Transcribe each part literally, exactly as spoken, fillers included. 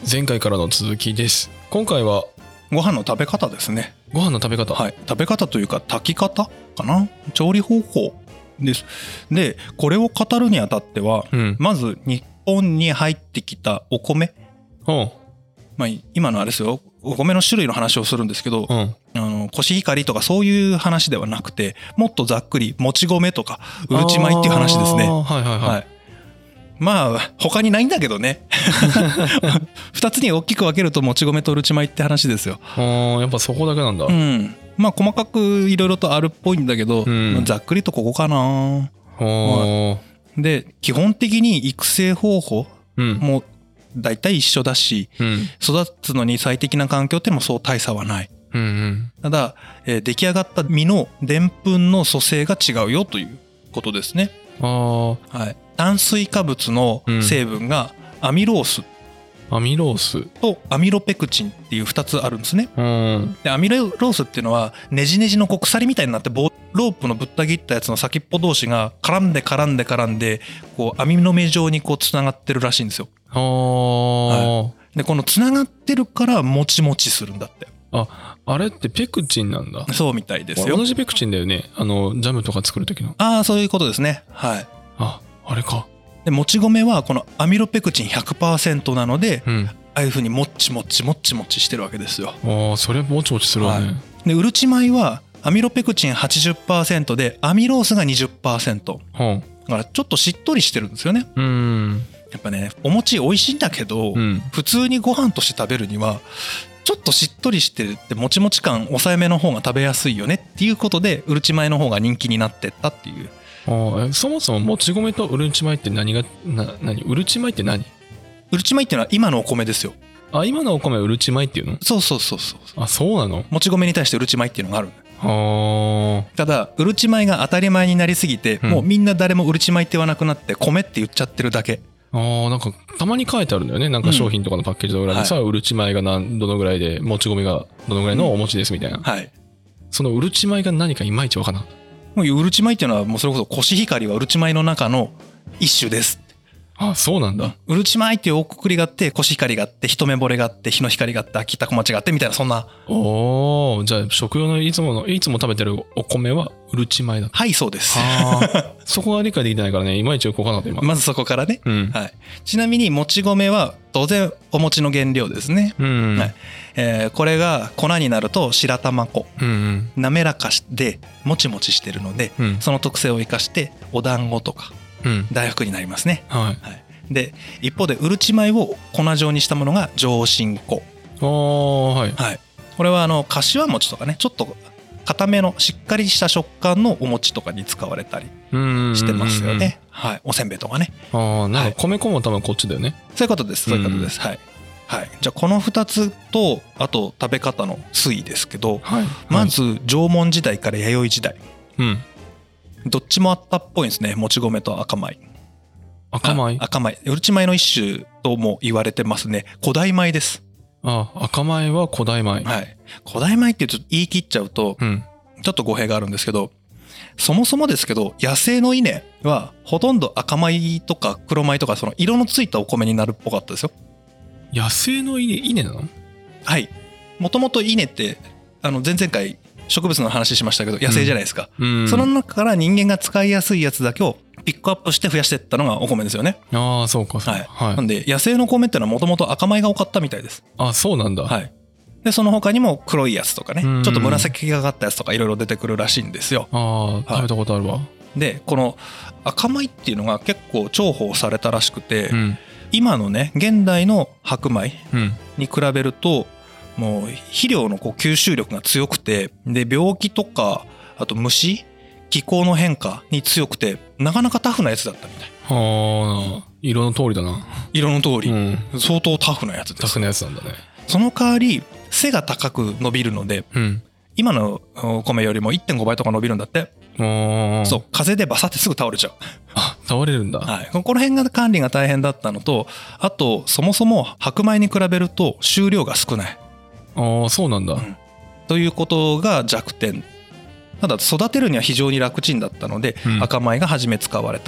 前回からの続きです。今回はご飯の食べ方ですね。 ご飯の食べ方、 はい、食べ方というか炊き方かな、調理方法です。でこれを語るにあたっては、うん、まず日本に入ってきたお米、うんまあ、今のあれですよ、お米の種類の話をするんですけど、うん、あのコシヒカリとかそういう話ではなくて、もっとざっくりもち米とかうるち米っていう話ですね。はいはいはい、はい、まあ他にないんだけどねふたつに大きく分けるともち米とうるち米って話ですよ。 あやっぱそこだけなんだ。 うんまあ細かくいろいろとあるっぽいんだけど、うん、ざっくりとここかな。まあ、で基本的に育成方法も大体一緒だし、うん、育つのに最適な環境ってのもそう大差はない。うんうん、ただ、えー、出来上がった実のでんぷんの組成が違うよということですね。あ、はい、炭水化物の成分がアミロース、 うん、アミロースとアミロペクチンっていうふたつあるんですね。うん、でアミロースっていうのはネジネジのこう鎖みたいになってロープのぶった切ったやつの先っぽ同士が絡んで絡んで絡んでこう網の目状にこうつながってるらしいんですよ。はい、でこのつながってるからもちもちするんだって。 あ、あれってペクチンなんだ。 そうみたいですよ。 同じペクチンだよね。あのジャムとか作る時の。 ああそういうことですね。はい。 あ、あれか。 でもち米はこのアミロペクチン ひゃくパーセント なので、うん、ああいう風にもっちもっちもっちもっちしてるわけですよ。 ああそれもちもちするわね。はい、 でうるち米はアミロペクチン はちじゅっパーセント でアミロースが にじゅっパーセント、うん、だからちょっとしっとりしてるんですよね。うんやっぱねお餅美味しいんだけど、うん、普通にご飯として食べるにはちょっとしっとりしてるってもちもち感抑えめの方が食べやすいよねっていうことでうるち米の方が人気になってったっていう。 ああそもそももち米とうるち米って何がな何うるち米って何？ うるち米っていうのは今のお米ですよ。 あ今のお米はうるち米っていうの？ そうそうそうそう。 あそうなの？ もち米に対してうるち米っていうのがある。はただうるち米が当たり前になりすぎて、うん、もうみんな誰もうるち米って言わなくなって米って言っちゃってるだけ。 あーなんかたまに書いてあるんだよね。なんか商品とかのパッケージの裏にさ、うんはい、うるち米が何どのぐらいでもち米がどのぐらいのお餅ですみたいな、うんはい、そのうるち米が何かいまいち分からなかった。 もううるち米っていうのはもうそれこそコシヒカリはうるち米の中の一種です。 あそうなんだ。 うるち米っていう大くくりがあってコシヒカリがあって一目惚れがあって日の光があって秋田小町があってみたいなそんな。 おおじゃあ食用のいつものいつも食べてるお米はうるち米だ。 はいそうです。 そこが理解できてないからねいまいちよく分からなかった今。 まずそこからね、うんはい、ちなみにもち米は当然お餅の原料ですね、うんはいえー、これが粉になると白玉粉、うんうん、滑らかでもちもちしてるので、うん、その特性を生かしてお団子とか大福になりますね、うんはいはい、で一方でうるち米を粉状にしたものが上新粉。あ、はいはい、これはあのかしわ餅とかねちょっと固めのしっかりした食感のお餅とかに使われたりしてますよね。はい、おせんべいとかね。ああ、なんか米粉も多分こっちだよね。 そういうことです。そういうことです。はい。はい。じゃあこのふたつとあと食べ方の推移ですけど、はい、まず縄文時代から弥生時代。うん。どっちもあったっぽいんですね。もち米と赤米。 赤米？ 赤米。うるち米の一種とも言われてますね。古代米です。 ああ赤米は古代米。 はい。古代米って言い切っちゃうと、うん、ちょっと語弊があるんですけど、そもそもですけど野生の稲はほとんど赤米とか黒米とかその色のついたお米になるっぽかったですよ。 野生の稲、稲なの？はい。 もともと稲ってあの前々回植物の話しましたけど野生じゃないですか、うんうん、その中から人間が使いやすいやつだけをピックアップして増やしていったのがお米ですよね。 ああそうかそうか、 はいはい、なんで野生の米ってのはもともと赤米が多かったみたいです。 あそうなんだ。 はいでその他にも黒いやつとかねちょっと紫がかったやつとかいろいろ出てくるらしいんですよ。 ああ、はい、食べたことあるわ。 でこの赤米っていうのが結構重宝されたらしくて、うん、今のね現代の白米に比べるともう肥料のこう吸収力が強くてで病気とかあと虫気候の変化に強くてなかなかタフなやつだったみたい。 はあ色の通りだな。 色の通り、うん、相当タフなやつです。 タフなやつなんだね。 その代わり背が高く伸びるので、うん、今のお米よりも いってんご 倍とか伸びるんだって。そう風でバサってすぐ倒れちゃう。 あ倒れるんだ。 はい、この辺が管理が大変だったのとあとそもそも白米に比べると収量が少ない。 ああそうなんだ、うん、 ということが弱点。ただ育てるには非常に楽ちんだったので、うん、赤米が初め使われたと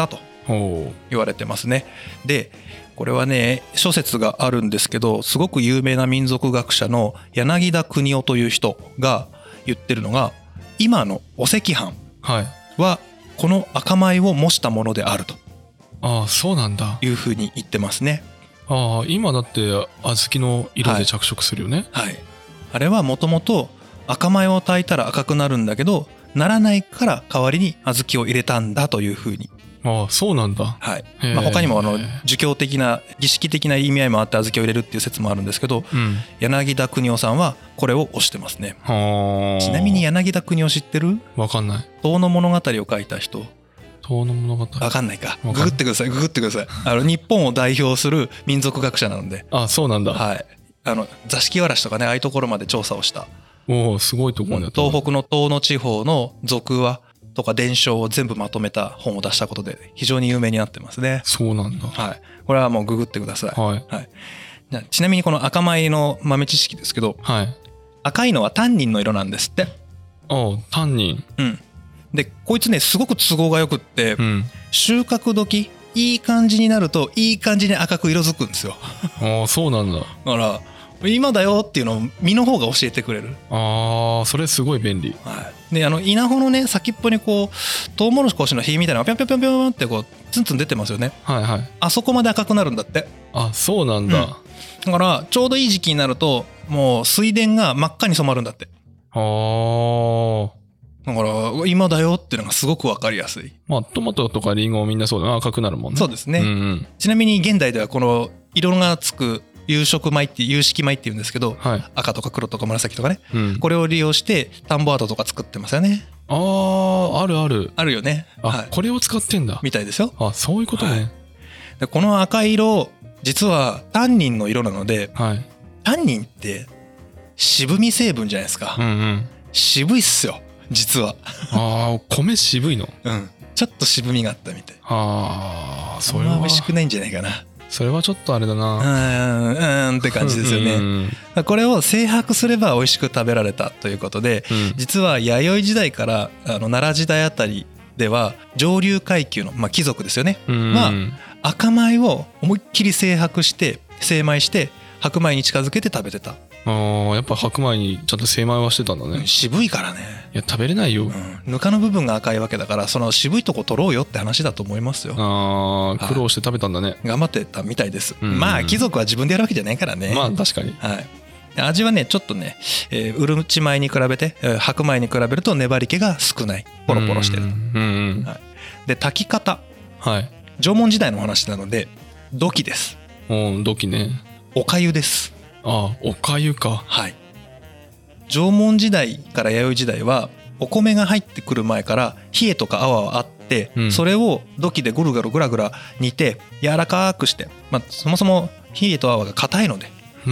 言われてますね。でこれはね諸説があるんですけど、すごく有名な民族学者の柳田国男という人が言ってるのが、今のお赤飯はこの赤米を模したものであると、 ああそうなんだいうふうに言ってますね。 ああ今だって小豆の色で着色するよね。 はい、はい、あれはもともと赤米を炊いたら赤くなるんだけど、ならないから代わりに小豆を入れたんだというふうに。 ああそうなんだ。 はい。まあ、他にもあの儒教的な儀式的な意味合いもあって小豆を入れるっていう説もあるんですけど、うん、柳田国男さんはこれを推してますね。はちなみに柳田国男知ってる？ わかんない。 遠野物語を書いた人。 遠野物語。 わかんないか。ググってください。ググってください。あの日本を代表する民族学者なので。 あそうなんだ。 はい。あの座敷わらしとかね、ああいうところまで調査をした。 おおすごいところだった。 東北の遠野地方の俗話とか伝承を全部まとめた本を出したことで非常に有名になってますね。 そうなんだ。 はい。これはもうググってください。 はい。 はい、ちなみにこの赤米の豆知識ですけど、はい、赤いのはタンニンの色なんですって。 ああタンニン。 うん。でこいつねすごく都合がよくって、うん、収穫時いい感じになるといい感じに赤く色づくんですよ。 ああそうなんだ。だから今だよっていうのを実の方が教えてくれる。 ああそれすごい便利。 はい、であの稲穂のね先っぽにこうトウモロコシの火みたいなのがピョンピョンピョンピョンってこうツンツン出てますよね。はいはい。あそこまで赤くなるんだって。 あそうなんだ、うん、 だからちょうどいい時期になるともう水田が真っ赤に染まるんだって。ああ。だから今だよっていうのがすごく分かりやすい。 まあトマトとかリンゴみんなそうだな、赤くなるもんね。 そうですね、うんうん、ちなみに現代ではこの色がつく有色米って有色米っていうんですけど、はい、赤とか黒とか紫とかね、うん、これを利用して田んぼ跡とか作ってますよね。 あああるあるあるよね。 あ、はい、これを使ってんだみたいですよ。 あそういうことね、はい、 でこの赤い色実はタンニンの色なので、はい、タンニンって渋み成分じゃないですか、うんうん、渋いっすよ実は。 ああ米渋いの。 うんちょっと渋みがあったみたい。 ああそれは美味しくないんじゃないかな。 それはちょっとあれだな。 うんうんって感じですよね。うんうん、これを精白すれば美味しく食べられたということで、うん、実は弥生時代からあの奈良時代あたりでは上流階級の、まあ、貴族ですよね、うん、は赤米を思いっきり精白して精米して白米に近づけて食べてた。 あやっぱ白米にちゃんと精米はしてたんだね、 うん、渋いからね。 いや食べれないよ、うん、 ぬかの部分が赤いわけだからその渋いとこ取ろうよって話だと思いますよ。 あ苦労して食べたんだね。 頑張ってたみたいです、うんうん、まあ貴族は自分でやるわけじゃないからね。 まあ確かに、 はい、味はねちょっとね、えー、うるち米に比べて、えー、白米に比べると粘り気が少ない。ポロポロしてる。うんうん、はい、で炊き方、はい、縄文時代の話なので土器です。 うん土器ね。 お粥です。 ああお粥か。 はい。縄文時代から弥生時代はお米が入ってくる前から冷えとか泡はあって、うん、それを土器でぐるぐるぐらぐら煮て柔らかくして、まあ、そもそも冷えと泡が硬いので、うん、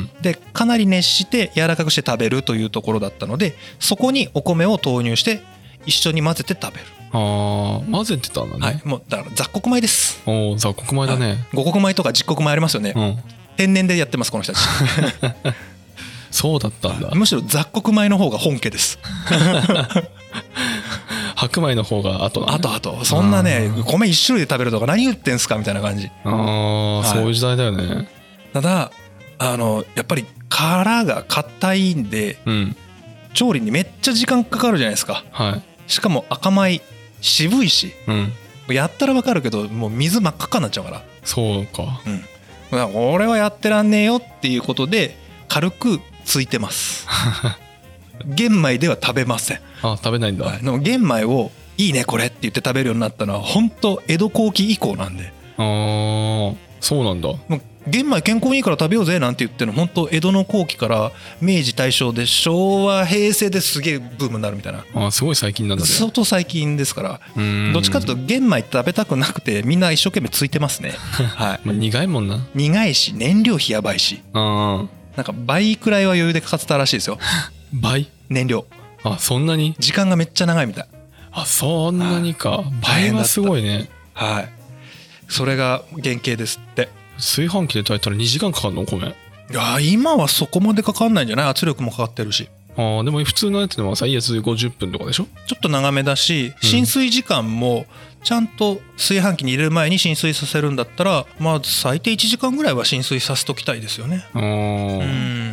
でかなり熱して柔らかくして食べるというところだったのでそこにお米を投入して一緒に混ぜて食べる。 あ混ぜてたんだね。 はい、もうだから雑穀米です。 お雑穀米だね、はい、 五穀米とか十穀米ありますよね、うん、天然でやってますこの人たち。 そうだったんだ。 むしろ雑穀米の方が本家です。 白米の方が後だね。 後後そんなね米一種類で食べるとか何言ってんすかみたいな感じ。 ああ、はい、そういう時代だよね。 ただあのやっぱり殻が硬いんで、うん、調理にめっちゃ時間かかるじゃないですか、はい、しかも赤米渋いし、うん、やったらわかるけどもう水真っ赤っかになっちゃうから。 そうか、 うん、だから俺はやってらんねえよっていうことで軽くついてます。玄米では食べません。 あ食べないんだ、はい、 でも玄米をいいねこれって言って食べるようになったのは本当江戸後期以降なんで。 ああそうなんだ。もう玄米健康にいいから食べようぜなんて言ってるの本当江戸の後期から明治大正で昭和平成ですげえブームになるみたいな。 あすごい最近なんだね。 相当最近ですから。どっちかというと玄米食べたくなくてみんな一生懸命ついてますね。はい。 まあ苦いもんな。 苦いし燃料費やばいし。あなんか倍くらいは余裕でかかってたらしいですよ。 倍？ 燃料。 あそんなに？ 時間がめっちゃ長いみたい。 あそんなにか。倍はすごいね。 はい。それが原型ですって。 炊飯器で炊いたらにじかんかかるの米。 いや今はそこまでかかんないんじゃない？圧力もかかってるし。 ああ、でも普通のやつでもさ、いいやつごじゅっぷんとかでしょ。 ちょっと長めだし、浸水時間もちゃんと炊飯器に入れる前に浸水させるんだったら、まあ最低いちじかんぐらいは浸水させときたいですよね。 あ、うん、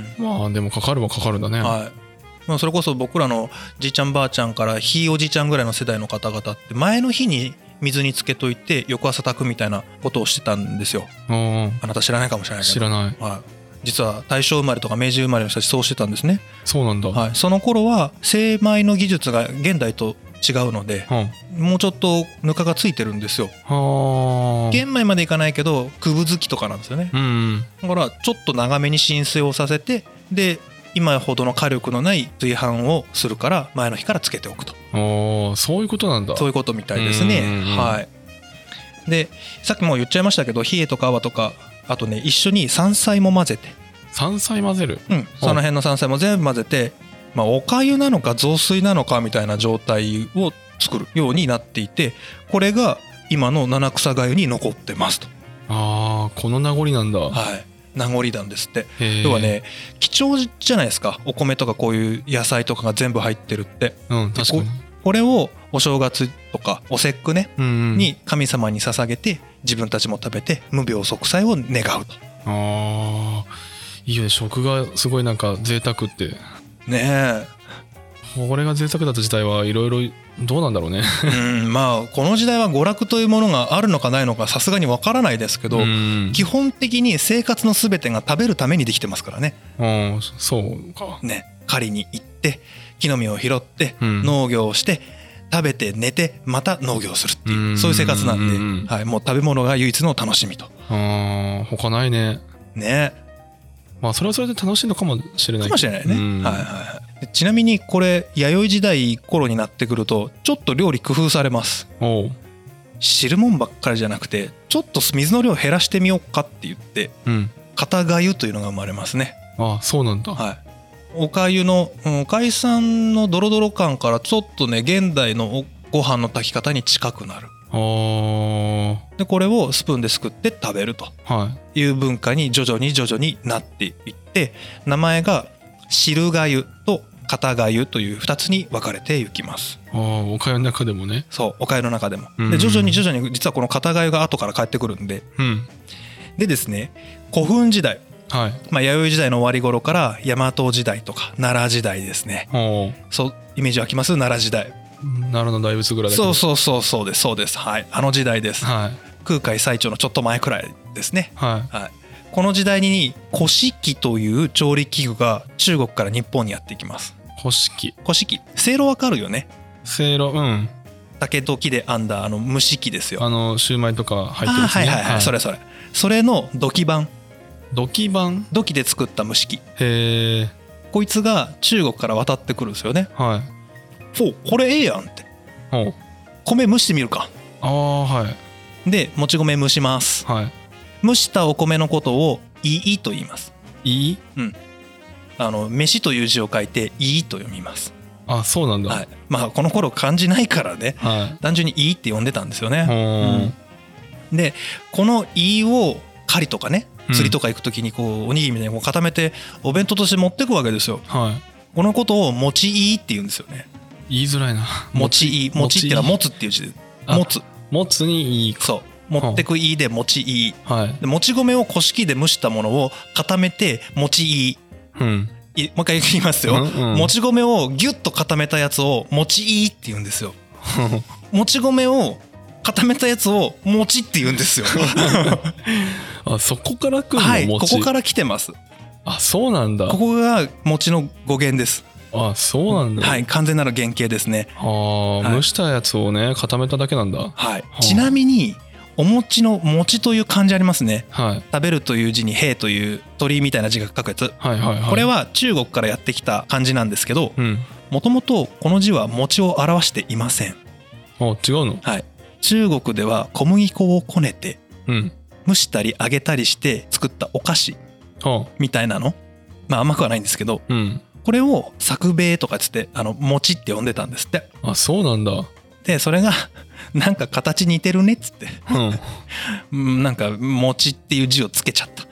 まあでもかかるはかかるんだね。 はい。まあ、それこそ僕らのじいちゃんばあちゃんからひいおじいちゃんぐらいの世代の方々って前の日に水につけといて翌朝炊くみたいなことをしてたんですよ。あなた知らないかもしれないけど。 知らない。 はい。実は大正生まれとか明治生まれの人たちそうしてたんですね。 そうなんだ。 はい。その頃は精米の技術が現代と違うので、うん、もうちょっとぬかがついてるんですよ。は玄米までいかないけどくぶづきとかなんですよね。うん、だからちょっと長めに浸水をさせて、で今ほどの火力のない炊飯をするから前の日からつけておくと。 ああ、そういうことなんだ。 そういうことみたいですね。はい。でさっきも言っちゃいましたけど、冷えとか泡とか、あとね一緒に山菜も混ぜて。 山菜混ぜる。 うん。その辺の山菜も全部混ぜて、まあお粥なのか雑炊なのかみたいな状態を作るようになっていて、これが今の七草粥に残ってますと。 ああ、この名残なんだ。 はい。名残なんですって。要はね、貴重じゃないですか、お米とかこういう野菜とかが全部入ってるって。うん、確かに。こ, これをお正月とかお節句ね、うんうん、に神様に捧げて自分たちも食べて無病息災を願うと。 ああ、いいよね。食がすごいなんか贅沢ってねえ。 これが贅沢だった時代はいろいろどうなんだろうね。 うん、まあこの時代は娯楽というものがあるのかないのかさすがにわからないですけど、基本的に生活のすべてが食べるためにできてますからね。 ああ、そうか。 ね、狩りに行って木の実を拾って農業をして食べて寝てまた農業するっていう、そういう生活なんで、はい、もう食べ物が唯一の楽しみと。 ああ、他ないね。 ね。 まあそれはそれで楽しいのかもしれない。 かもしれないね。はいはいはい。ちなみにこれ弥生時代頃になってくるとちょっと料理工夫されます。おう。汁もんばっかりじゃなくてちょっと水の量減らしてみようかって言って、うん、片粥というのが生まれますね。ああ、そうなんだ。はい。お粥の、うん、お粥さんのドロドロ感からちょっとね現代のご飯の炊き方に近くなる。あでこれをスプーンですくって食べるという文化に徐々に徐々になっていって、名前が汁粥と片粥というふたつに分かれていきます。 ああ、お粥の中でもね。 そう、お粥の中でも。で徐々に徐々に実はこの片粥が後から帰ってくるんで、うん、でですね、古墳時代、はい、まあ弥生時代の終わり頃から大和時代とか奈良時代ですね。そうイメージ湧きます？奈良時代。 奈良の大仏ぐらいだけど。そうそうそうそうですそうです。はい、あの時代です。はい、空海最長のちょっと前くらいですね。はい。はい、この時代に古式という調理器具が中国から日本にやってきます。 古式。 古式。せいろわかるよね。 せいろ、うん。 竹と木で編んだあの蒸し器ですよ。 あのシューマイとか入ってるやつね。 はいはいはい、はい、それそれ。それの土器版。 土器版。 土器で作った蒸し器。 へえ。 こいつが中国から渡ってくるんですよね。はい。お、これええやんって。お。米蒸してみるか。 ああ、はい。 でもち米蒸します。はい。蒸したお米のことをいいと言います。 いい？ うん。あの飯という字を書いていいと読みます。 あ、そうなんだ。 はい。まあこの頃漢字ないからね。はい。単純にいいって呼んでたんですよね。うん。でこのいいを狩りとかね、釣りとか行くときにこうおにぎりみたいにこう固めてお弁当として持ってくわけですよ。はい。このことをもちいいって言うんですよね。 言いづらいな。 もちいい。もちっていうのは持つっていう字で。持つ。 持つにいい。 そう。持ってくいいでもちいい。はい。でもち米を古式で蒸したものを固めてもちいい。うん。もう一回言いますよ。うんうん、もち米をギュッと固めたやつをもちいいって言うんですよ。もち米を固めたやつをもちって言うんですよ。 あ、そこから来るの？ はい、ここから来てます。 あ、そうなんだ。 ここが餅の語源です。 あ、そうなんだ。 はい、完全なる原型ですね。 ああ、はい、蒸したやつをね固めただけなんだ。 はい。ちなみにお餅の餅という漢字ありますね。はい。食べるという字に兵という鳥みたいな字が書くやつ。はいはいはい。これは中国からやってきた漢字なんですけど、もともとこの字は餅を表していません。 あ、違うの？ はい。中国では小麦粉をこねて、うん、蒸したり揚げたりして作ったお菓子みたいなの、まあ甘くはないんですけど、うん、これを作兵衛とかつってあの餅って呼んでたんですって。 あ、そうなんだ。 でそれがなんか形似てるねっつって、うん、なんか餅っていう字をつけちゃった。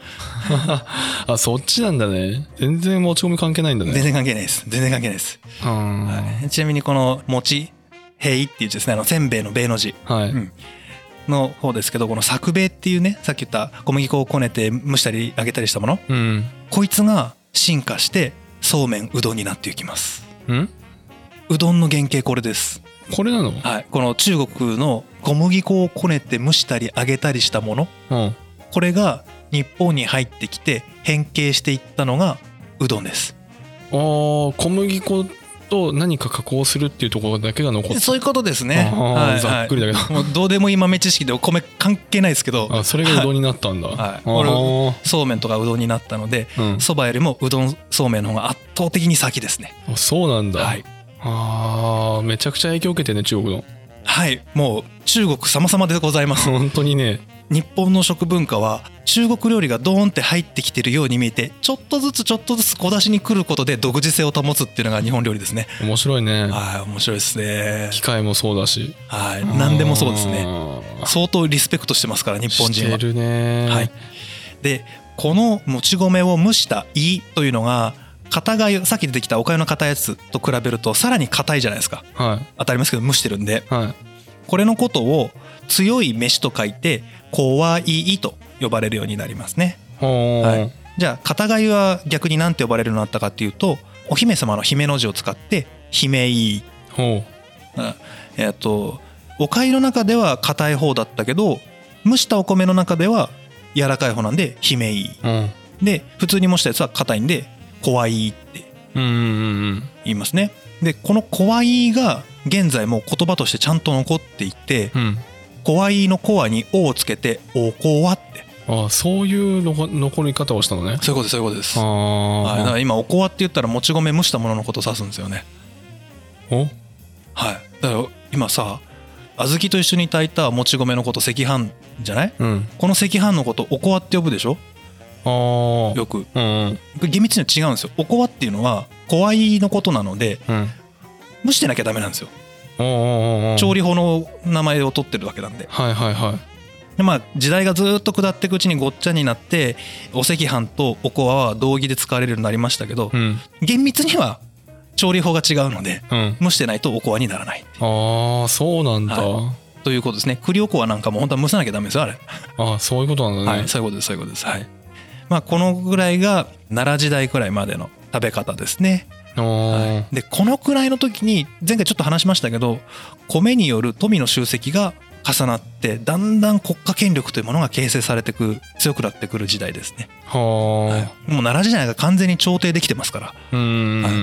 あ、そっちなんだね。全然もち米関係ないんだね。 全然関係ないです。全然関係ないです。はい、ちなみにこの餅平っていうですね、あのせんべいの米の字、はい、うん、の方ですけど、この作米っていうね、さっき言った小麦粉をこねて蒸したり揚げたりしたもの、うん、こいつが進化してそうめんうどんになっていきます。ん？うどんの原型これです。 これなの？ はい、この中国の小麦粉をこねて蒸したり揚げたりしたもの、うん、これが日本に入ってきて変形していったのがうどんです。 ああ、小麦粉と何か加工するっていうところだけが残って、 そういうことですね。はい、 ざっくりだけど、 もうどうでもいい豆知識でお米関係ないですけど、 あ、それがうどんになったんだ。はい、はい、 これそうめんとかうどんになったので、そば、うん、よりもうどんそうめんの方が圧倒的に先ですね。 あ、そうなんだ。 はい、 ああ、めちゃくちゃ影響を受けてね、中国の。 はい、もう中国様々でございます。 本当にね。 日本の食文化は中国料理がドーンって入ってきてるように見えて、ちょっとずつちょっとずつ小出しに来ることで独自性を保つっていうのが日本料理ですね。 面白いね。 はい、面白いですね。 機械もそうだし、 はい、何でもそうですね。相当リスペクトしてますから日本人は。 してるね。 はい。で、このもち米を蒸したいというのが硬がゆ、さっき出てきたおかゆの硬いやつと比べるとさらに硬いじゃないですか。はい。当たりますけど蒸してるんで。はい。これのことを強い飯と書いて怖いと呼ばれるようになりますね。はい、じゃあ片がゆは逆に何て呼ばれるようになったかっていうと、お姫様の姫の字を使って姫い。ほう。えっとお粥の中では硬い方だったけど、蒸したお米の中では柔らかい方なんで姫い。で普通に蒸したやつは硬いんで怖いって言いますね。でこの怖いが現在も言葉としてちゃんと残っていて、うん、怖いのコアにおをつけておこわって。 ああ、そういうの残り方をしたのね。 そういうことです、そういうことです。あ、はい、だから今おこわって言ったらもち米蒸したもののことを指すんですよね。 お、 はい。だから今さ、小豆と一緒に炊いたもち米のこと赤飯じゃない、うん、この赤飯のことおこわって呼ぶでしょ。あ、よく、うんうん、厳密には違うんですよ。おこわっていうのは怖いのことなので、うん、蒸してなきゃダメなんですよ。調理法の名前を取ってるわけなんで。はいはいはい。でまあ時代がずっと下っていくうちにごっちゃになってお赤飯とおこわは同義で使われるようになりましたけど、うん、厳密には調理法が違うので、うん、蒸してないとおこわにならない。 ああ、そうなんだ、 はい、ということですね。栗おこわなんかも本当は蒸さなきゃダメですよ、あれ。 ああ、そういうことなんだね。 はい、そういうことです、そういうことです。はい。まあこのぐらいが奈良時代くらいまでの食べ方ですね。はい、でこのくらいの時に前回ちょっと話しましたけど、米による富の集積が重なってだんだん国家権力というものが形成されてく、強くなってくる時代ですね。は、はい、もう奈良時代が完全に朝廷できてますから。うん、はい、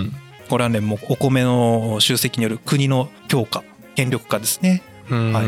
これはね、もうお米の集積による国の強化、権力化ですね。はい、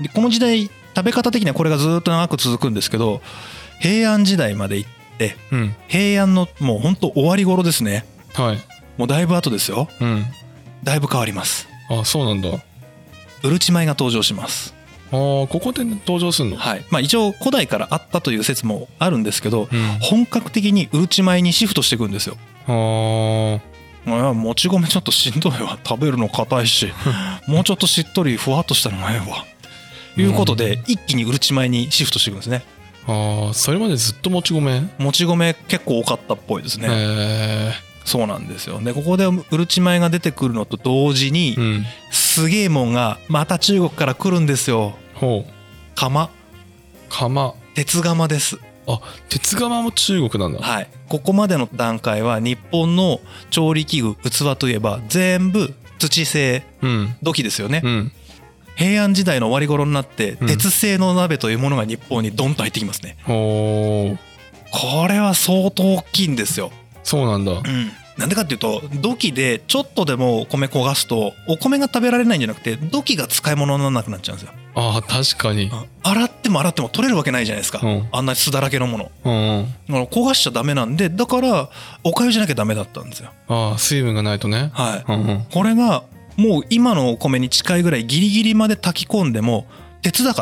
でこの時代食べ方的にはこれがずっと長く続くんですけど、平安時代まで行って、うん、平安のもう本当終わり頃ですね。はい、もうだいぶ後ですよ。うん、だいぶ変わります。 あ、そうなんだ。 うるち米が登場します。 ああ、ここで登場するの？ はい。まあ一応古代からあったという説もあるんですけど、うん、本格的にうるち米にシフトしていくんですよ。ああ。もち米ちょっとしんどいわ。食べるの硬いし、もうちょっとしっとりふわっとしたのがええわ。ということで、うん、一気にうるち米にシフトしていくんですね。 ああ、それまでずっともち米？ もち米結構多かったっぽいですね。へえ。そうなんですよ。でここでうるち米が出てくるのと同時に、うん、すげえもんがまた中国から来るんですよ。ほう。釜。 釜。 鉄釜です。 あ、鉄釜も中国なんだ。 はい。ここまでの段階は日本の調理器具、器といえば全部土製、うん、土器ですよね。うん、平安時代の終わり頃になって鉄製の鍋というものが日本にドンと入ってきますね。うん、これは相当大きいんですよ。 そうなんだ。うん。 なんでかっていうと、土器でちょっとでも米焦がすとお米が食べられないんじゃなくて土器が使い物にならなくなっちゃうんですよ。 ああ、確かに。 洗っても洗っても取れるわけないじゃないですか、うん、あんな酢だらけのもの、うんうん、焦がしちゃダメなんで、だからお粥じゃなきゃダメだったんですよ。ああ、水分がないとね。 はい、うんうん、これがもう今のお米に近いぐらいギリギリまで炊き込んでも鉄だから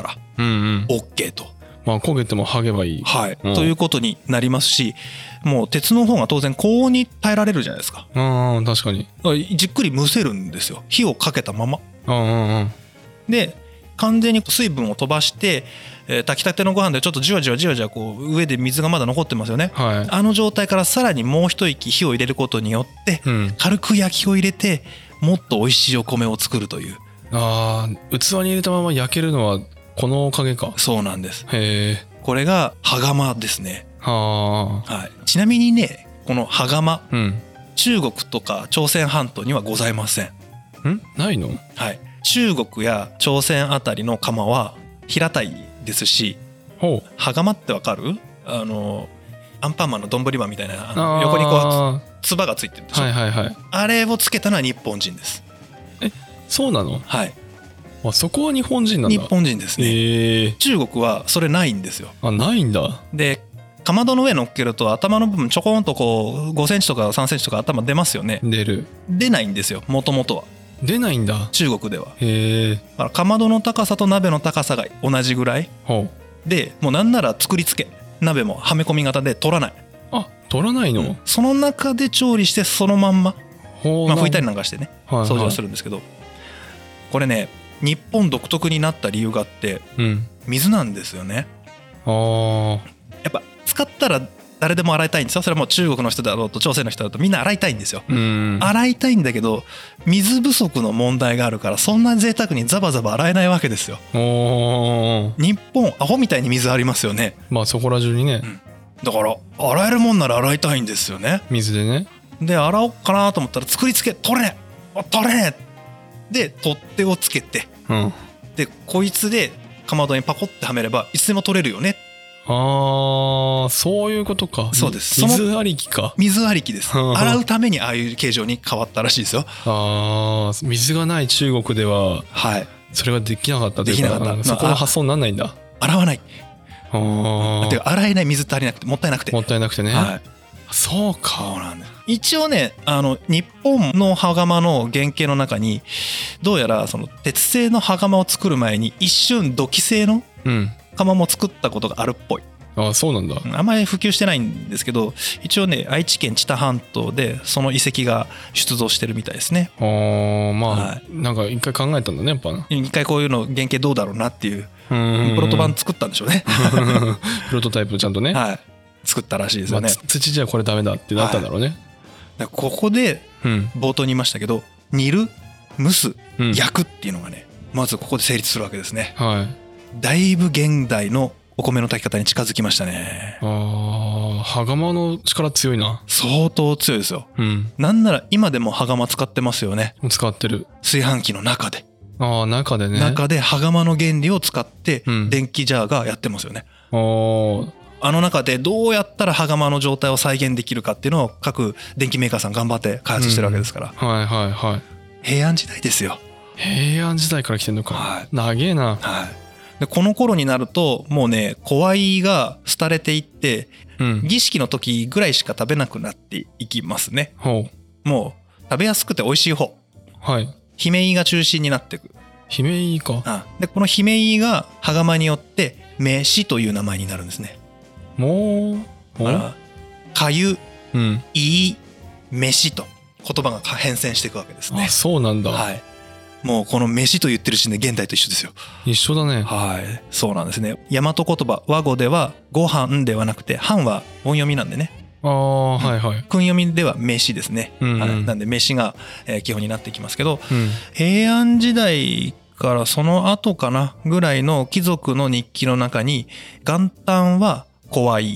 OK と、 まあ焦げても剥げばいい、 はい、うん、ということになりますし、もう鉄の方が当然高温に耐えられるじゃないですか。 ああ、確かに。 じっくり蒸せるんですよ、火をかけたまま。 ああ、 で完全に水分を飛ばしてえー、炊きたてのご飯でちょっとじわじわじわじわこう上で水がまだ残ってますよね、 はい、 あの状態からさらにもう一息火を入れることによって、うん、軽く焼きを入れてもっと美味しいお米を作るという。 あー、器に入れたまま焼けるのはこのおかげか。 そうなんです。 へー。 これが羽釜ですね。 はー、はい、ちなみにねこの羽釜、 うん、 中国とか朝鮮半島にはございません。 んないの？ はい、中国や朝鮮あたりの釜は平たいですし、 ほう、 羽釜ってわかる？あのアンパンマンの丼マンみたいな、あの横にこうつばがついてるでしょ、 はいはいはい、 あれをつけたのは日本人です。 え、そうなの？ はい、 あ、そこは日本人なんだ。 日本人ですね、えー、中国はそれないんですよ。 あ、ないんだ。 でかまどの上乗っけると頭の部分ちょこんとこうごセンチとかさんセンチとか頭出ますよね。 出る。 出ないんですよ、もともとは。 出ないんだ、 中国では。 へえ。 だからかまどの高さと鍋の高さが同じぐらいで、もうなんなら作り付け鍋もはめ込み型で取らない。 あ、取らないの、うん、 その中で調理してそのまんま、まあ、拭いたりなんかしてね、 はいはい、 掃除はするんですけど、これね日本独特になった理由があって、うん、水なんですよね。 あー、 やっぱ使ったら誰でも洗いたいんですよ。それはもう中国の人だろうと朝鮮の人だとみんな洗いたいんですよ。洗いたいんだけど水不足の問題があるからそんな贅沢にザバザバ洗えないわけですよ。日本アホみたいに水ありますよね。 まあそこら中にね、うん、 だから洗えるもんなら洗いたいんですよね、 水でね。 で洗おうかなと思ったら作り付け取れねえ取れねえで取っ手をつけて、うん、でこいつでかまどにパコってはめればいつでも取れるよね。 ああ、そういうことか。 そうです。 水ありきか。 水ありきです。洗うためにああいう形状に変わったらしいですよ。あああ、水がない中国では、はい、それができなかったというか、できなかった。そこの発想にならないんだ。 洗わない。 ああ。 てか洗えない水足りなくてもったいなくて。 もったいなくてね。はい。そうか。 そうなんです。一応ね、あの日本の羽釜の原型の中にどうやらその鉄製の羽釜を作る前に一瞬土器製の、うん、釜も作ったことがあるっぽい。 ああ、そうなんだ。 あんまり普及してないんですけど、一応ね愛知県知多半島でその遺跡が出土してるみたいですね。 ああ、まあ、はい、なんか一回考えたんだね、やっぱ。 一回こういうの原型どうだろうなっていうプロト版作ったんでしょうね。 プロトタイプちゃんとね、 はい、作ったらしいですよね。 まあ、土じゃこれダメだってなったんだろうね。 はい、ここで冒頭に言いましたけど、煮る、蒸す、焼くっていうのがね、まずここで成立するわけですね。はい、だいぶ現代のお米の炊き方に近づきましたね。 ああ、羽釜の力強いな。 相当強いですよ。うん。なんなら今でも羽釜使ってますよね。 使ってる。 炊飯器の中で。 ああ、中でね。 中で羽釜の原理を使って電気ジャーがやってますよね。うん、ああ。あの中でどうやったら羽釜の状態を再現できるかっていうのを各電機メーカーさん頑張って開発してるわけですから。 うん、はいはいはい。 平安時代ですよ。 平安時代から来てんのか。はい。長えな。はい。 でこの頃になるともうね小合が廃れていって、うん、儀式の時ぐらいしか食べなくなっていきますね。ほう。もう食べやすくて美味しい方、はい、姫井が中心になっていく。 姫井か。 あでこの姫井が羽釜によって飯という名前になるんですね。もうかゆ、うん、いい飯と言葉が変遷していくわけですね。 あ、そうなんだ。 はい。もうこの飯と言ってる時点で現代と一緒ですよ。 一緒だね。 はい、そうなんですね。大和言葉和語ではご飯ではなくて飯は音読みなんでね。 ああ、はいはい。 訓読みでは飯ですね。うんうん、はい、なんで飯が基本になってきますけど、うん、平安時代からその後かなぐらいの貴族の日記の中に元旦は小合、うん、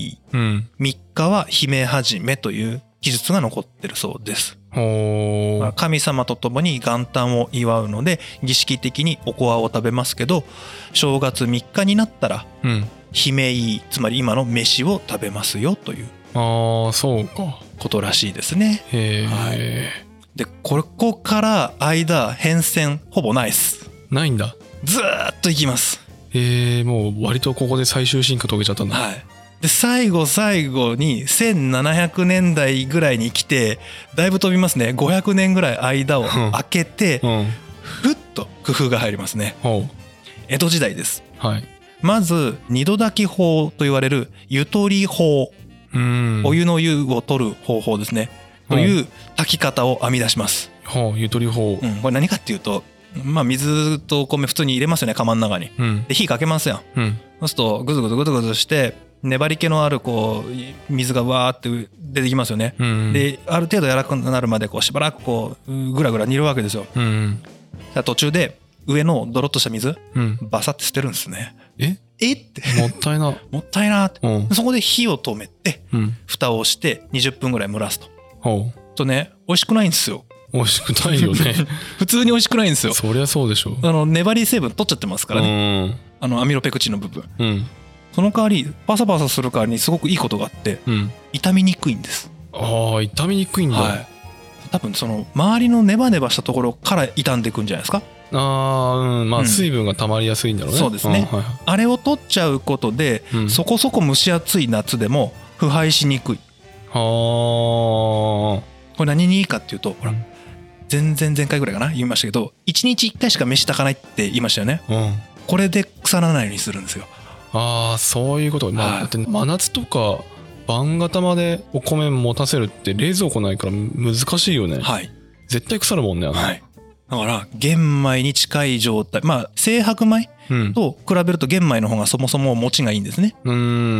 みっかは姫始めという記述が残ってるそうです。神様と共に元旦を祝うので儀式的におこわを食べますけど、正月みっかになったら姫い、つまり今の飯を食べますよというああ、そうかことらしいですね。 へえ、はい、 でここから間変遷ほぼないです。 ないんだ。 ずーっといきます。 へえ、もう割とここで最終進化遂げちゃったんだ。 はい。で最後最後にせんななひゃくねんだいぐらいに来てだいぶ飛びますね。ごひゃくねんぐらい間を空けて、うん、ふっと工夫が入りますね。うん、江戸時代です。はい、まず二度炊き法と言われる湯取り法、うん、お湯の湯を取る方法ですね、という炊き方を編み出します。 はあ、湯取り法、 うん、これ何かっていうとまあ水とお米普通に入れますよね、釜の中に、うん、で火かけますよ、うん、そうするとぐずぐずぐずぐずして粘り気のあるこう水がわーって出てきますよね、うんうん、である程度柔らかくなるまでこうしばらくこうぐらぐら煮るわけですよ、うんうん、途中で上のドロッとした水、うん、バサって捨てるんですね。 ええってもったいなもったいなって、うん、そこで火を止めて、うん、蓋をしてにじゅっぷんぐらい蒸らすと、うん、とね美味しくないんですよ。 美味しくないよね普通に美味しくないんですよ。 そりゃそうでしょ。 あの粘り成分取っちゃってますからね、うん、あのアミロペクチンの部分、うん、その代わりパサパサする代わりにすごくいいことがあって、うん、傷みにくいんです。 ああ傷みにくいんだ、はい、 多分その周りのネバネバしたところから傷んでいくんじゃないですか。 ああうんまあ水分が溜まりやすいんだろうね、 うん、そうですね、あ、はい、あれを取っちゃうことで、うん、そこそこ蒸し暑い夏でも腐敗しにくい。はあこれ何にいいかっていうとほら、うん前々前回ぐらいかな言いましたけどいちにちいっかいしか飯炊かないって言いましたよね、うん、これで腐らないようにするんですよ。 ああそういうこと、まあ、だって真夏とか晩型までお米持たせるって冷蔵庫ないから難しいよね、はい、絶対腐るもんね、はい、 だから玄米に近い状態まあ精白米と比べると玄米の方がそもそも持ちがいいんですね、うん、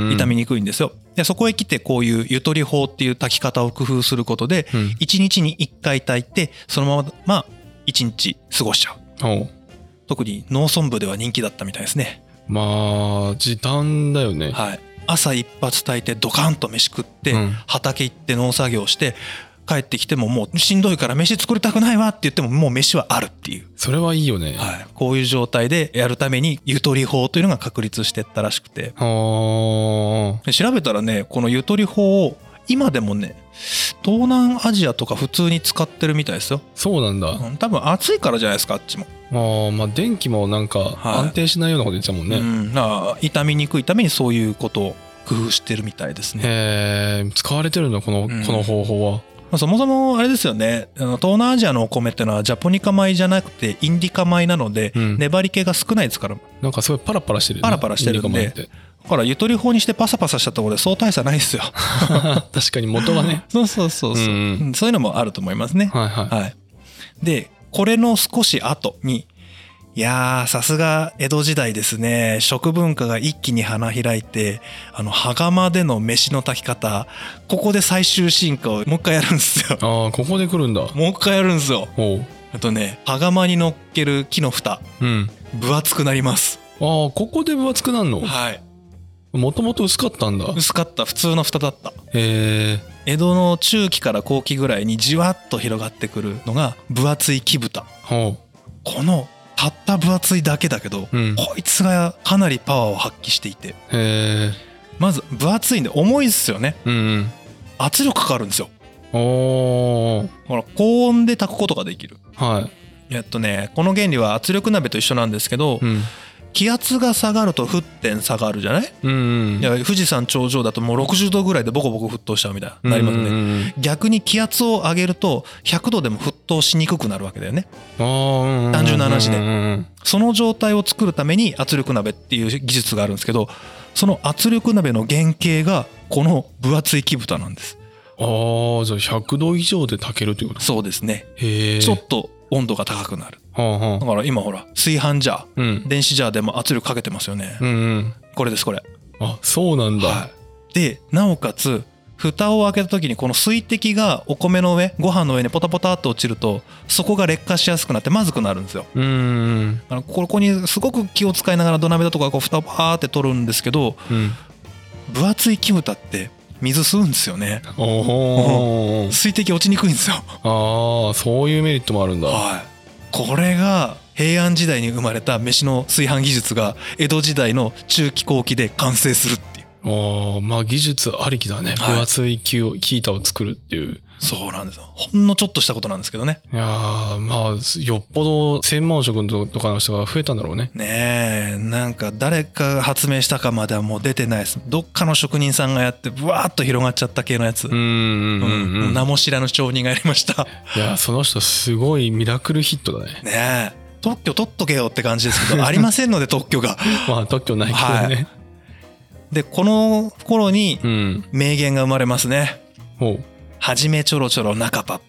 傷みにくいんですよ。でそこへ来てこういうゆとり法っていう炊き方を工夫することでいちにちにいっかい炊いてそのまままあいちにち過ごしちゃう。特に農村部では人気だったみたいですね。 まあ時短だよね、 はい、朝一発炊いてドカンと飯食って畑行って農作業して帰ってきてももうしんどいから飯作りたくないわって言ってももう飯はあるっていう。 それはいいよね、 はい、こういう状態でやるためにゆとり法というのが確立してったらしくて、調べたらねこのゆとり法を今でもね東南アジアとか普通に使ってるみたいですよ。 そうなんだ、 うん、多分暑いからじゃないですかあっちも。 あまあ電気もなんか安定しないようなこと言ってたもんね、はいうん、 だ傷みにくいためにそういうことを工夫してるみたいですね。 へえ使われてるのこの、うん、この方法は。 そもそもあれですよねあの東南アジアのお米ってのはジャポニカ米じゃなくてインディカ米なので、うん、粘り気が少ないですから。 なんかすごいパラパラしてるよね。 パラパラしてるんでだからゆとり法にしてパサパサしたところでそう大差ないですよ確かに元がねそうそうそうそう、うん、そういうのもあると思いますね。はいはい、はい、でこれの少し後にいやーさすが江戸時代ですね。食文化が一気に花開いてあの羽釜での飯の炊き方ここで最終進化をもう一回やるんですよ。 ああここで来るんだ。 もう一回やるんですよ。あとね羽釜に乗っける木の蓋、うん、分厚くなります。 ああここで分厚くなるの。 はいもともと薄かったんだ。 薄かった普通の蓋だった。へえ。江戸の中期から後期ぐらいにじわっと広がってくるのが分厚い木蓋。ほうこのたった分厚いだけだけど、うん、こいつがかなりパワーを発揮していてへまず分厚いんで重いですよね、うんうん、圧力かかるんですよ。おほら高温で炊くことができる。はいえっとねこの原理は圧力鍋と一緒なんですけど、うん気圧が下がると沸点下がるじゃない、うんうん、いや富士山頂上だともうろくじゅうどぐらいでボコボコ沸騰しちゃうみたいになりますね、うんうん、逆に気圧を上げるとひゃくどでも沸騰しにくくなるわけだよね。単純な話でその状態を作るために圧力鍋っていう技術があるんですけどその圧力鍋の原型がこの分厚い木蓋なんです。 ああじゃあひゃくど以上で炊けるということ。 そうですね。へちょっと温度が高くなる。はあはあ、だから今ほら炊飯ジャー、うん、電子ジャーでも圧力かけてますよね、うんうん、これですこれ。 あそうなんだ、はい、でなおかつ蓋を開けた時にこの水滴がお米の上ご飯の上にポタポタっと落ちるとそこが劣化しやすくなってまずくなるんですよ。うんうんあのここにすごく気を使いながら土鍋だとかこう蓋をパーって取るんですけど、うん、分厚い木蓋って水吸うんですよね。お水滴落ちにくいんですよ。 ああそういうメリットもあるんだ。 はいこれが平安時代に生まれた飯の炊飯技術が江戸時代の中期後期で完成するっていう。 ああまあ技術ありきだね、はい、分厚い木を木板を作るっていう。 そうなんですよ。ほんのちょっとしたことなんですけどね。 いやーまあよっぽど専門職とかの人が増えたんだろうね。 ねえなんか誰かが発明したかまではもう出てないです。どっかの職人さんがやってブワーッと広がっちゃった系のやつ。うんうんうん、うん、名も知らぬ町人がやりました。 いやその人すごいミラクルヒットだね。 ねえ特許取っとけよって感じですけどありませんので特許が。 まあ特許ないけどね。はい、 でこの頃に名言が生まれますね。うん、ほうはじめちょろちょろ中パッパ。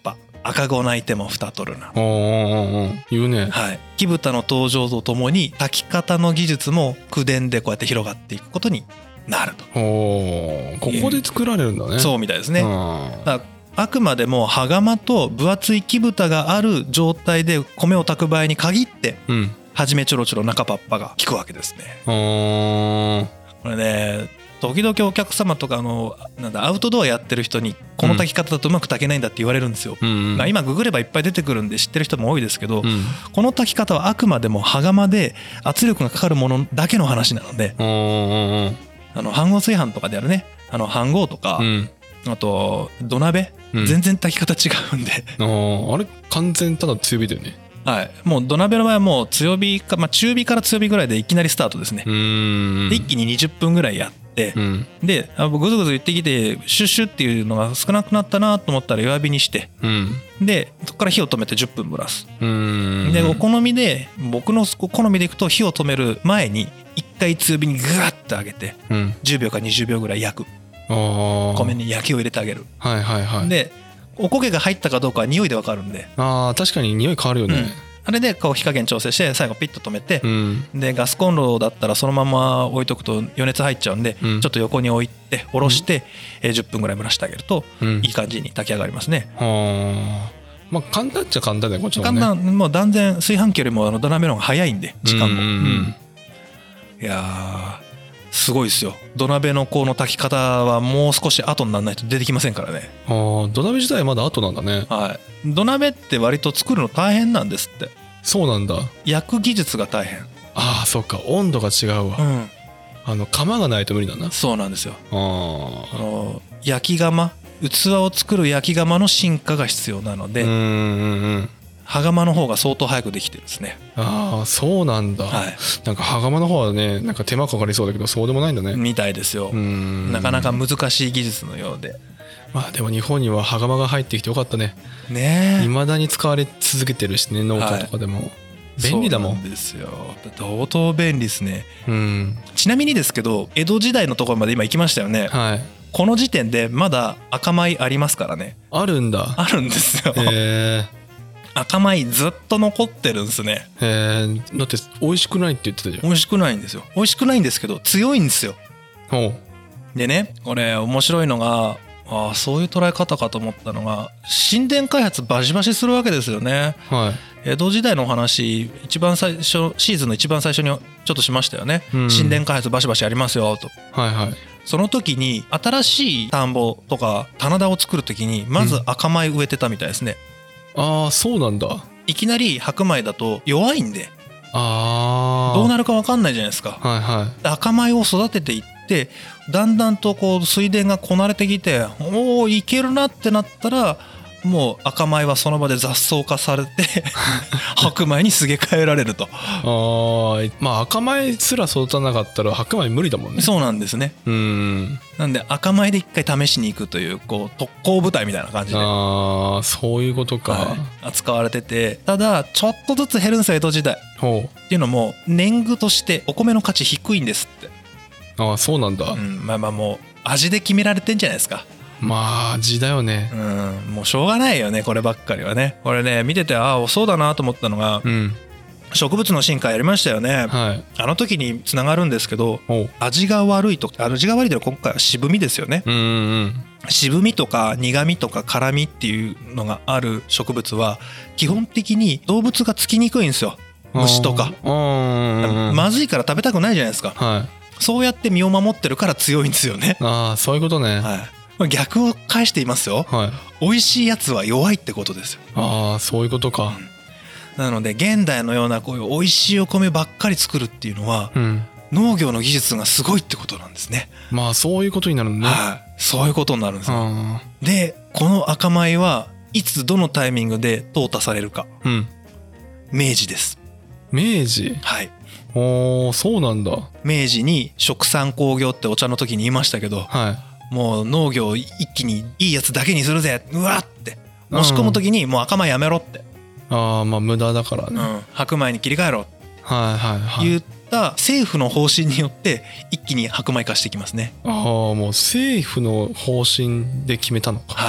赤子泣いても蓋取るな。 おーおーおー言うね。 はい。木蓋の登場とともに炊き方の技術も口伝でこうやって広がっていくことになると。 おーここで作られるんだね。 そうみたいですね。だからあくまでも羽釜と分厚い木蓋がある状態で米を炊く場合に限って、うん、初めちょろちょろ中パッパが効くわけですね。これね、時々お客様とかあのなんだアウトドアやってる人にこの炊き方だとうまく炊けないんだって言われるんですよ。うん、まあ今ググればいっぱい出てくるんで知ってる人も多いですけど、うん、この炊き方はあくまでも羽釜で圧力がかかるものだけの話なので、あの飯盒炊飯とかであるね、あの飯盒とか、うん、あと土鍋、うん、全然炊き方違うんでああれ完全ただ強火だよね。 はい、もう土鍋の場合はもう強火か、まあ、中火から強火ぐらいでいきなりスタートですね。うーんで一気ににじゅっぷんぐらいやって、うん、でぐずぐず言ってきてシュッシュっていうのが少なくなったなと思ったら弱火にして、うん、でそこから火を止めてじゅっぷん蒸らす。うーんでお好みで僕の好みでいくと火を止める前に一回強火にグワッと上げて、うん、じゅうびょうかにじゅうびょうぐらい焼く。米に焼きを入れてあげる。はいはいはい。でお焦げが入ったかどうかは匂いで分かるんで。ああ確かに匂い変わるよね。うん、 あれでこう火加減調整して最後ピッと止めて、うん、でガスコンロだったらそのまま置いとくと余熱入っちゃうんで、うん、ちょっと横に置いて下ろして、うん、じゅっぷんぐらい蒸らしてあげるといい感じに炊き上がりますね。うん、 はあまあ簡単っちゃ簡単だよこっちもね。 簡単もう断然炊飯器よりもあの土鍋の方が早いんで時間も。うんうんうん、いやーすごいですよ。土鍋のこの炊き方はもう少し後にならないと出てきませんからね。 ああ土鍋自体はまだ後なんだね。 はい。土鍋って割と作るの大変なんですって。 そうなんだ。 焼く技術が大変。 ああそうか温度が違うわ。うん。あの釜がないと無理なんだ。 そうなんですよ。ああの焼き釜器を作る焼き釜の進化が必要なので。うんうんうん。羽釜の方が相当早くできてるんですね。 ああそうなんだ、はい、なんか羽釜の方はねなんか手間かかりそうだけどそうでもないんだね。 みたいですよ。うんなかなか難しい技術のようで。 まあでも日本には羽釜が入ってきてよかったね。 ねえ未だに使われ続けてるしね農家とかでも、はい、便利だもん。 そうなんですよ。相当便利ですね。うんちなみにですけど江戸時代のところまで今行きましたよね。はいこの時点でまだ赤米ありますからね。 あるんだ。 あるんですよ。へえ赤米ずっと残ってるんですね。 へえだって美味しくないって言ってたじゃん。 美味しくないんですよ。美味しくないんですけど強いんですよ。ほうでねこれ面白いのがああそういう捉え方かと思ったのが神殿開発バシバシするわけですよね。はい、江戸時代のお話一番最初シーズンの一番最初にちょっとしましたよね。うん、神殿開発バシバシやりますよと。はいはい。その時に新しい田んぼとか棚田を作る時にまず赤米植えてたみたいですね。 うん、ああそうなんだ。 いきなり白米だと弱いんであどうなるか分かんないじゃないですか。はいはい、赤米を育てていってだんだんとこう水田がこなれてきておおいけるなってなったらもう赤米はその場で雑草化されて白米にすげ替えられると。 あまあ赤米すら育たなかったら白米無理だもんね。 そうなんですね。うんなんで赤米で一回試しに行くというこう特攻部隊みたいな感じであそういうことか、はい、 扱われててただちょっとずつ減るんですよ江戸時代。ほうっていうのも年貢としてお米の価値低いんですって。 ああそうなんだ、 うん、まあまあもう味で決められてんじゃないですか。 まあ味だよね。 うんもうしょうがないよねこればっかりはね。これね見ててああそうだなと思ったのが、うん、植物の進化やりましたよね、はい、あの時につながるんですけど味が悪いと味が悪いというのは今回は渋みですよね。うんうんうん渋みとか苦みとか辛みっていうのがある植物は基本的に動物がつきにくいんですよ。虫とかまずいから食べたくないじゃないですか、はい、そうやって身を守ってるから強いんですよね。 ああそういうことね、はい逆を返していますよ、はい、美味しいやつは弱いってことですよ。 ああそういうことか、 うん、なので現代のようなこういう美味しいお米ばっかり作るっていうのは、うん、農業の技術がすごいってことなんですね。 まあそういうことになるね、 はい、そういうことになるんですよ。でこの赤米はいつどのタイミングで淘汰されるか、うん、明治です。 明治はいおーそうなんだ。 明治に殖産興業ってお茶の時に言いましたけど、はいもう農業一気にいいやつだけにするぜうわって押し込む時にもう赤米やめろって、 うん、ああまあ無駄だからね、うん、 白米に切り替えろって言った政府の方針によって一気に白米化してきますね。 ああもう政府の方針で決めたのか。 はい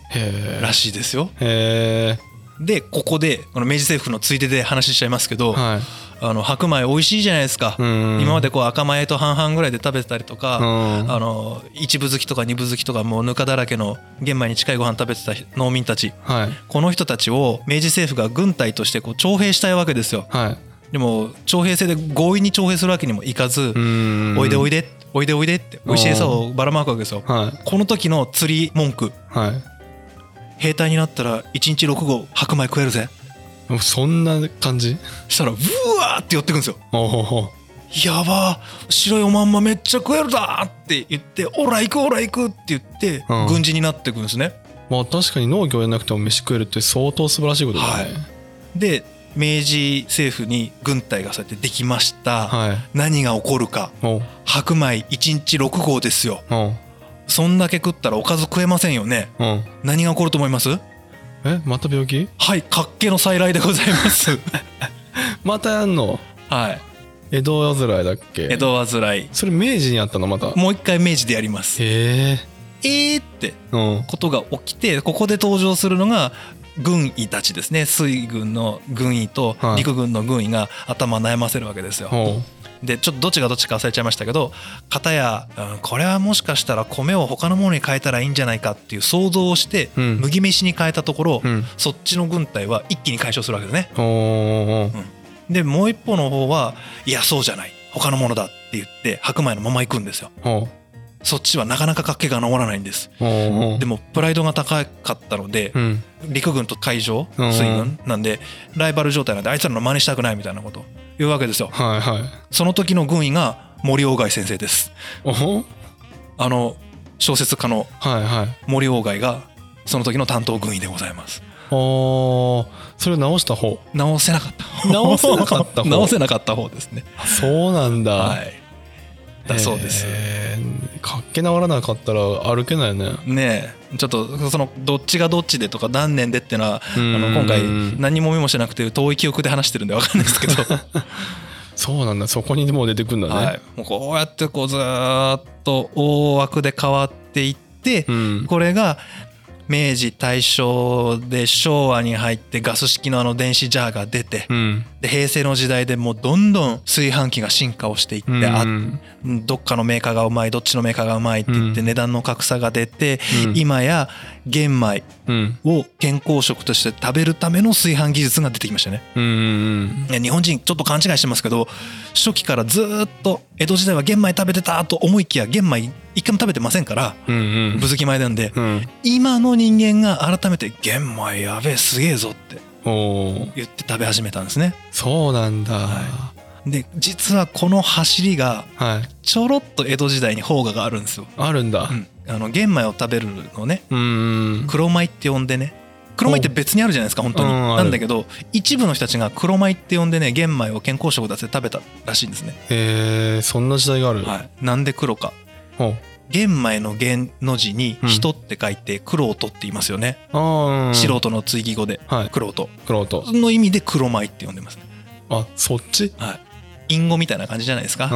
らしいですよ。 へーでここでこの明治政府のついでで話しちゃいますけど、はい、あの白米美味しいじゃないですか。今までこう赤米と半々ぐらいで食べてたりとか、あの一分好きとか二分好きとかもうぬかだらけの玄米に近いご飯食べてた農民たち、はい、この人たちを明治政府が軍隊としてこう徴兵したいわけですよ。はい、でも徴兵制で強引に徴兵するわけにもいかず、おいでおいでおいでおいでって美味しい餌をばらまくわけですよ。はい、この時の釣り文句、はい、兵隊になったらいちにちろく合白米食えるぜ。 そんな感じしたらブワーって寄ってくんですよ。おほほやば白いおまんまめっちゃ食えるだって言ってオラ行くオラ行くって言って軍人になっていくんですね。 うん、まあ確かに農業やらなくても飯食えるって相当素晴らしいことだね。はい、で明治政府に軍隊がそうやってできました。はい、何が起こるか。白米いちにちろく合ですよ。そんだけ食ったらおかず食えませんよね。何が起こると思います？ えまた病気？ はい、脚気の再来でございますまたやんの？はい。江戸患いだっけ？ 江戸患い。 それ明治にあったのまた？ もう一回明治でやります。へえ。えーってことが起きて、ここで登場するのが軍医たちですね。水軍の軍医と陸軍の軍医が頭悩ませるわけですよ。はい、でちょっとどっちがどっちか忘れちゃいましたけど、片や、うん、これはもしかしたら米を他のものに変えたらいいんじゃないかっていう想像をして、うん、麦飯に変えたところ、うん、そっちの軍隊は一気に解消するわけですね。うん、でもう一方の方はいやそうじゃない他のものだって言って白米のまま行くんですよ。そっちはなかなか活気が治らないんです。でもプライドが高かったので、うん、陸軍と海上水軍なんでライバル状態なんであいつらの真似したくないみたいなこと言うわけですよ。はいはい、その時の軍医が森鴎外先生です。あの小説家の森鴎外がその時の担当軍医でございます。 あそれを直した方？ 直せなかった方。 直せなかった方。 直せなかった方ですね。 そうなんだ。はい。 だそうです。 活気治らなかったら歩けないね。 ねえちょっとそのどっちがどっちでとか何年でっていうのはあの今回何もメモしてなくて遠い記憶で話してるんで分かんないですけどそうなんだ。そこにもう出てくるんだね。はい、 もうこうやってこうずっと大枠で変わっていって、うん、これが明治大正で昭和に入ってガス式のあの電子ジャーが出て、うん、で平成の時代でもうどんどん炊飯器が進化をしていって、うん、あどっかのメーカーがうまいどっちのメーカーがうまいって言って値段の格差が出て、うん、今や玄米を健康食として食べるための炊飯技術が出てきましたね。うん、日本人ちょっと勘違いしてますけど初期からずっと江戸時代は玄米食べてたと思いきや玄米一回も食べてませんから、うんうん、ぶずき米なんで、うん、今の人間が改めて玄米やべえすげえぞって言って食べ始めたんですね。 そうなんだ。 はい、で実はこの走りがちょろっと江戸時代に邦画があるんですよ。 あるんだ。うん、 あの玄米を食べるのね、うん黒米って呼んでね。黒米って別にあるじゃないですか本当に。なんだけど一部の人たちが黒米って呼んでね玄米を健康食だって食べたらしいんですね。 へえそんな時代がある。 はい、なんで黒か。玄米の玄の字に人って書いて玄人って言いますよね。うん、素人の追記語で玄人玄人の意味で黒米って呼んでますね。 あそっち。 はい。隠語みたいな感じじゃないですか。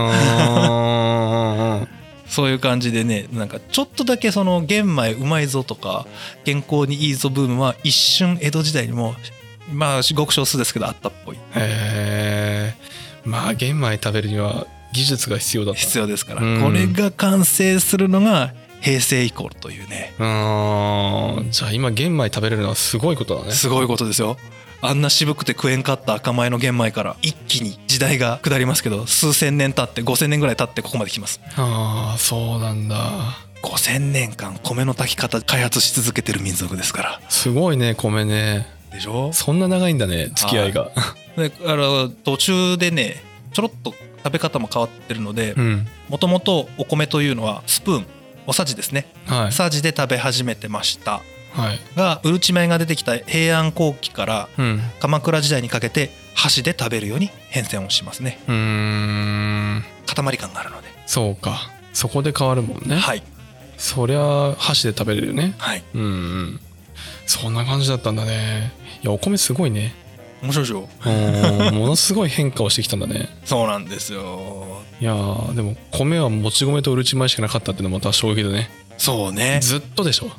そういう感じでねなんかちょっとだけその玄米うまいぞとか健康にいいぞブームは一瞬江戸時代にもまあごく少数ですけどあったっぽい。へえ。まあ玄米食べるには技術が必要だった。 必要ですから、うん、これが完成するのが平成以降というね。 あじゃあ今玄米食べれるのはすごいことだね。 すごいことですよ。あんな渋くて食えんかった赤米の玄米から一気に時代が下りますけど数千年経ってごせんねんぐらい経ってここまで来ます。 ああそうなんだ。 ごせんねんかん米の炊き方開発し続けてる民族ですから。 すごいね米ね。 でしょ。 そんな長いんだね付き合いが。 であの途中でねちょろっと食べ方も変わってるのでもともとお米というのはスプーンおさじですね、はい、さじで食べ始めてました、はい、がうるち米が出てきた平安後期から鎌倉時代にかけて箸で食べるように変遷をしますね。うーん塊感があるので。 そうかそこで変わるもんね。はい。そりゃ箸で食べれるよね。はい。うんうんそんな感じだったんだね。いやお米すごいね。 面白いでしょ。 ものすごい変化をしてきたんだね。 そうなんですよ。 いやでも米はもち米とうるち米しかなかったっていうのもまた衝撃だね。 そうね。 ずっとでしょ。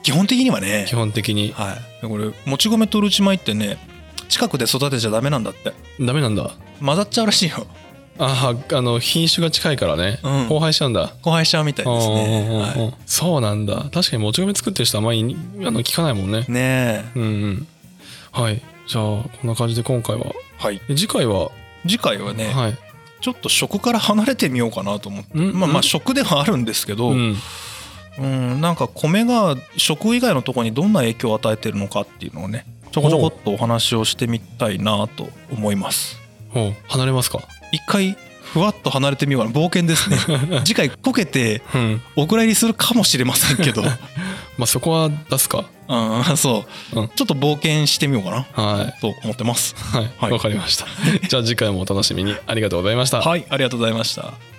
基本的にはね。 基本的に。 はい。これもち米とうるち米ってね、近くで育てちゃダメなんだって。 ダメなんだ。 混ざっちゃうらしいよ。 ああ、あの品種が近いからね、うん、交配しちゃうんだ。 交配しちゃうみたいですね、はい、 そうなんだ。確かにもち米作ってる人あんまりあの聞かないもんね。 ねえ。 うんうん。はい。じゃあこんな感じで今回は。はい。次回は次回はね、はい、ちょっと食から離れてみようかなと思って。まあまあ食ではあるんですけど、うん、うん、なんか米が食以外のところにどんな影響を与えてるのかっていうのをね、ちょこちょこっとお話をしてみたいなと思います。 ほう、離れますか。 一回ふわっと離れてみようかな。冒険ですね。次回こけてお蔵入りするかもしれませんけど、まあそこは出すか。 うん、そう、うん、ちょっと冒険してみようかな、はい、と思ってます。 はい、わ、はい、かりました。じゃあ次回もお楽しみに。ありがとうございました。 はい、ありがとうございました。